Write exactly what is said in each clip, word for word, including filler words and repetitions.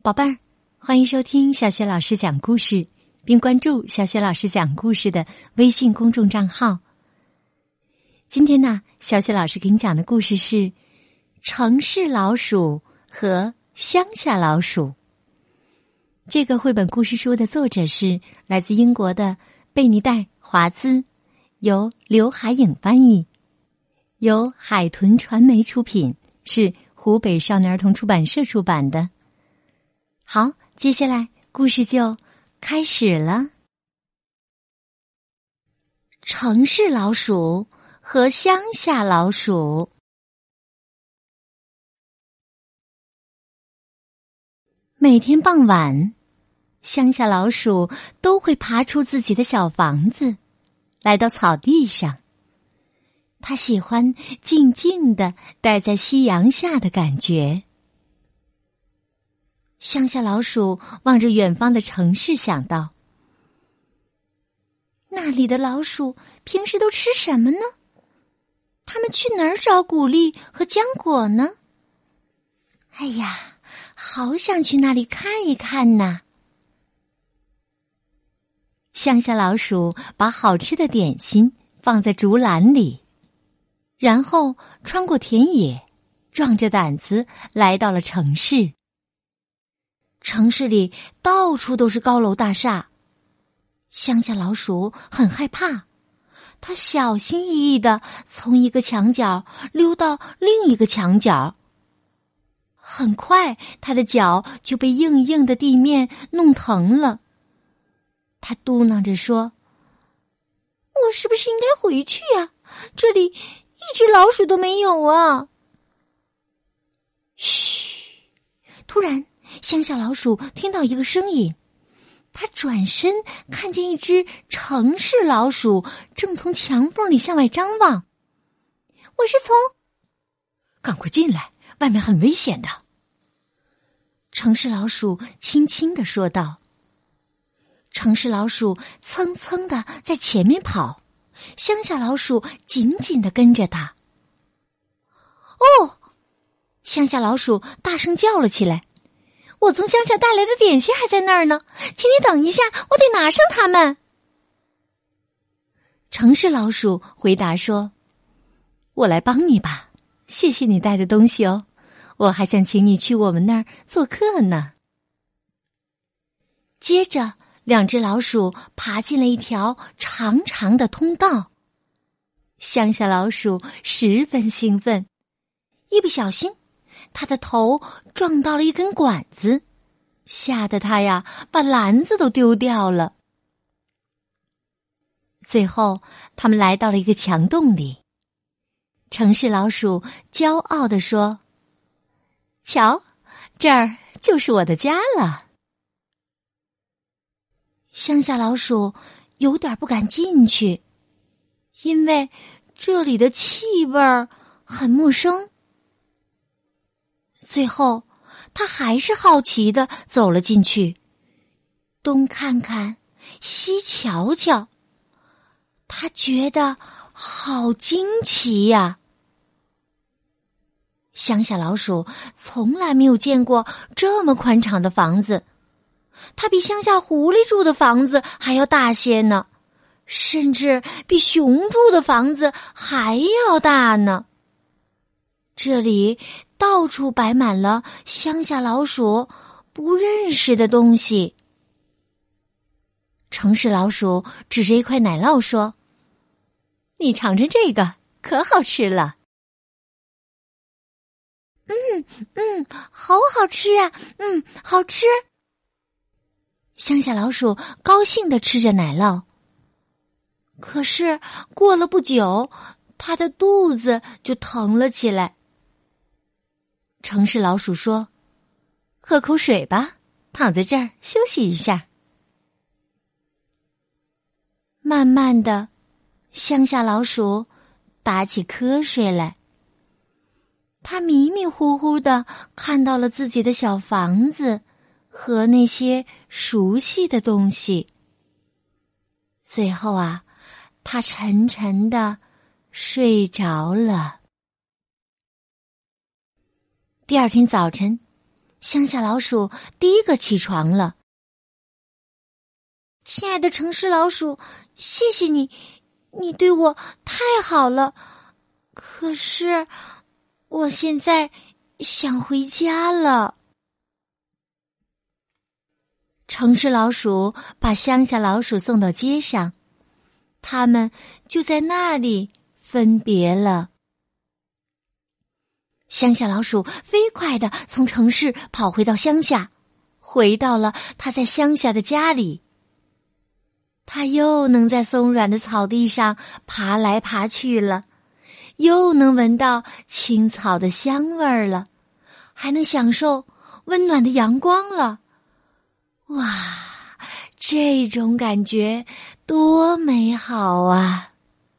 宝贝儿，欢迎收听小雪老师讲故事，并关注小雪老师讲故事的微信公众账号。今天呢，小雪老师给你讲的故事是城市老鼠和乡下老鼠。这个绘本故事书的作者是来自英国的贝尼戴·华兹，由刘海颖翻译，由海豚传媒出品，是湖北少年儿童出版社出版的。好，接下来故事就开始了。城市老鼠和乡下老鼠。每天傍晚，乡下老鼠都会爬出自己的小房子，来到草地上。它喜欢静静地待在夕阳下的感觉。乡下老鼠望着远方的城市，想到：那里的老鼠平时都吃什么呢？他们去哪儿找谷粒和浆果呢？哎呀，好想去那里看一看呐！乡下老鼠把好吃的点心放在竹篮里，然后穿过田野，壮着胆子来到了城市。城市里到处都是高楼大厦，乡下老鼠很害怕，它小心翼翼地从一个墙角溜到另一个墙角。很快，它的脚就被硬硬的地面弄疼了。它嘟囔着说：“我是不是应该回去呀？这里一只老鼠都没有啊！”嘘！突然，乡下老鼠听到一个声音，他转身看见一只城市老鼠正从墙缝里向外张望。我是从……赶快进来，外面很危险的。城市老鼠轻轻地说道。城市老鼠蹭蹭地在前面跑，乡下老鼠紧紧地跟着它。哦！乡下老鼠大声叫了起来。我从乡下带来的点心还在那儿呢，请你等一下，我得拿上它们。城市老鼠回答说：“我来帮你吧，谢谢你带的东西哦，我还想请你去我们那儿做客呢。”接着，两只老鼠爬进了一条长长的通道。乡下老鼠十分兴奋，一不小心他的头撞到了一根管子，吓得他呀把篮子都丢掉了。最后，他们来到了一个墙洞里。城市老鼠骄傲地说：“瞧，这儿就是我的家了。”乡下老鼠有点不敢进去，因为这里的气味儿很陌生。最后，他还是好奇地走了进去，东看看，西瞧瞧，他觉得好惊奇呀！乡下老鼠从来没有见过这么宽敞的房子，它比乡下狐狸住的房子还要大些呢，甚至比熊住的房子还要大呢。这里到处摆满了乡下老鼠不认识的东西。城市老鼠指着一块奶酪说：“你尝尝这个，可好吃了。”嗯嗯，好好吃啊，嗯，好吃。乡下老鼠高兴地吃着奶酪。可是过了不久，它的肚子就疼了起来。城市老鼠说：“喝口水吧，躺在这儿休息一下。”慢慢的，乡下老鼠打起瞌睡来。他迷迷糊糊的看到了自己的小房子和那些熟悉的东西。最后啊，他沉沉的睡着了。第二天早晨， 乡下老鼠第一个起床了。亲爱的城市老鼠，谢谢你，你对我太好了。可是，我现在想回家了。城市老鼠把乡下老鼠送到街上，他们就在那里分别了。乡下老鼠飞快地从城市跑回到乡下，回到了他在乡下的家里。他又能在松软的草地上爬来爬去了，又能闻到青草的香味儿了，还能享受温暖的阳光了。哇，这种感觉多美好啊！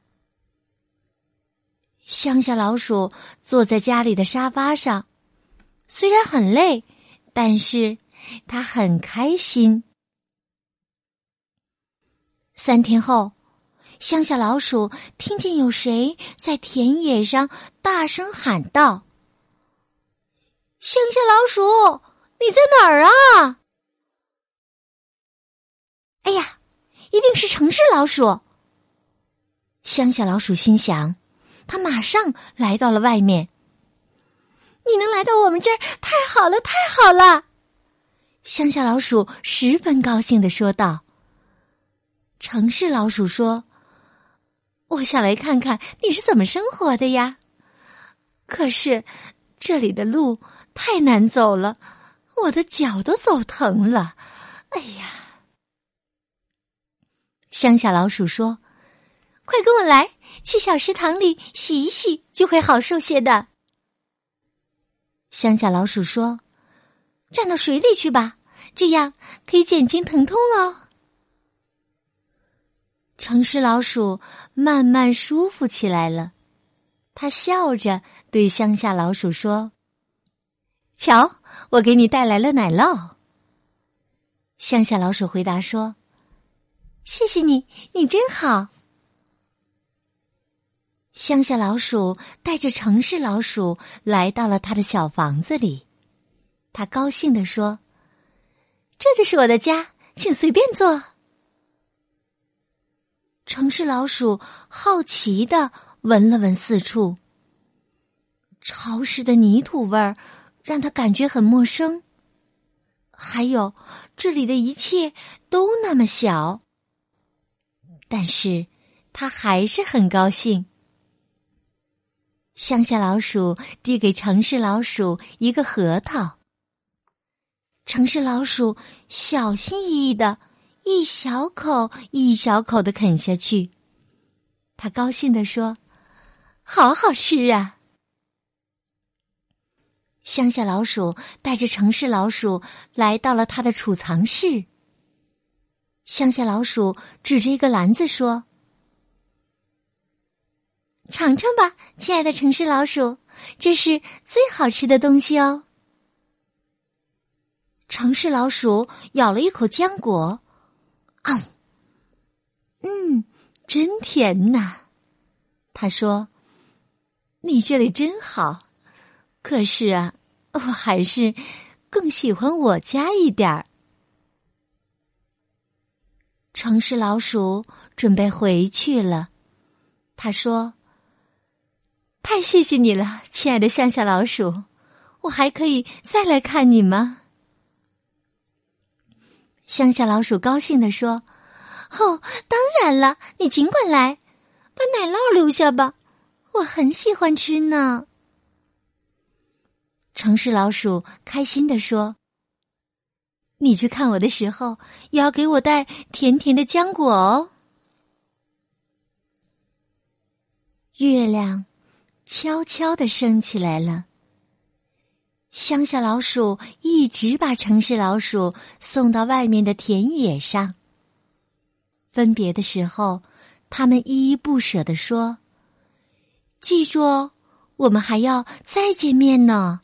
乡下老鼠坐在家里的沙发上，虽然很累，但是他很开心。三天后，乡下老鼠听见有谁在田野上大声喊道：“乡下老鼠，你在哪儿啊？”哎呀，一定是城市老鼠。乡下老鼠心想，他马上来到了外面。你能来到我们这儿，太好了，太好了！乡下老鼠十分高兴地说道。城市老鼠说：“我想来看看你是怎么生活的呀。可是这里的路太难走了，我的脚都走疼了。哎呀！”乡下老鼠说：“快跟我来，去小池塘里洗一洗，就会好受些的。”乡下老鼠说：“站到水里去吧，这样可以减轻疼痛哦。”城市老鼠慢慢舒服起来了，他笑着对乡下老鼠说：“瞧，我给你带来了奶酪。”乡下老鼠回答说：“谢谢你，你真好。”乡下老鼠带着城市老鼠来到了他的小房子里，他高兴地说：“这就是我的家，请随便坐。”城市老鼠好奇地闻了闻四处，潮湿的泥土味儿让他感觉很陌生，还有这里的一切都那么小，但是他还是很高兴。乡下老鼠递给城市老鼠一个核桃，城市老鼠小心翼翼的一小口一小口的啃下去，他高兴地说：“好好吃啊！”乡下老鼠带着城市老鼠来到了他的储藏室。乡下老鼠指着一个篮子说：“尝尝吧，亲爱的城市老鼠，这是最好吃的东西哦。”城市老鼠咬了一口浆果，啊，嗯，真甜呐！他说：“你这里真好，可是啊，我还是更喜欢我家一点儿。”城市老鼠准备回去了，他说：“太谢谢你了，亲爱的乡下老鼠，我还可以再来看你吗？”乡下老鼠高兴地说：“哦，当然了，你尽管来，把奶酪留下吧，我很喜欢吃呢。”城市老鼠开心地说：“你去看我的时候，也要给我带甜甜的浆果哦。”月亮悄悄地升起来了。乡下老鼠一直把城市老鼠送到外面的田野上。分别的时候，他们依依不舍地说：“记住哦，我们还要再见面呢。”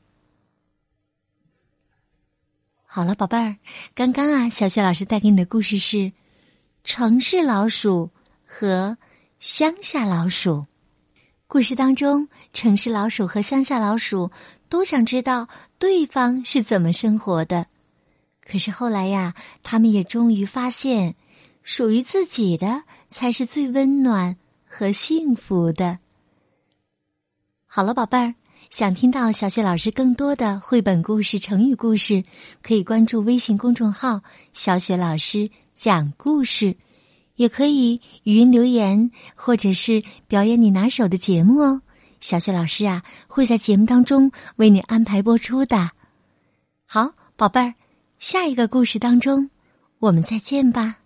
好了，宝贝儿，刚刚啊，小雪老师带给你的故事是城市老鼠和乡下老鼠。故事当中，城市老鼠和乡下老鼠都想知道对方是怎么生活的。可是后来呀，他们也终于发现，属于自己的才是最温暖和幸福的。好了，宝贝儿，想听到小雪老师更多的绘本故事、成语故事，可以关注微信公众号“小雪老师讲故事”，也可以语音留言，或者是表演你拿手的节目哦。小雪老师啊，会在节目当中为你安排播出的。好，宝贝儿，下一个故事当中，我们再见吧。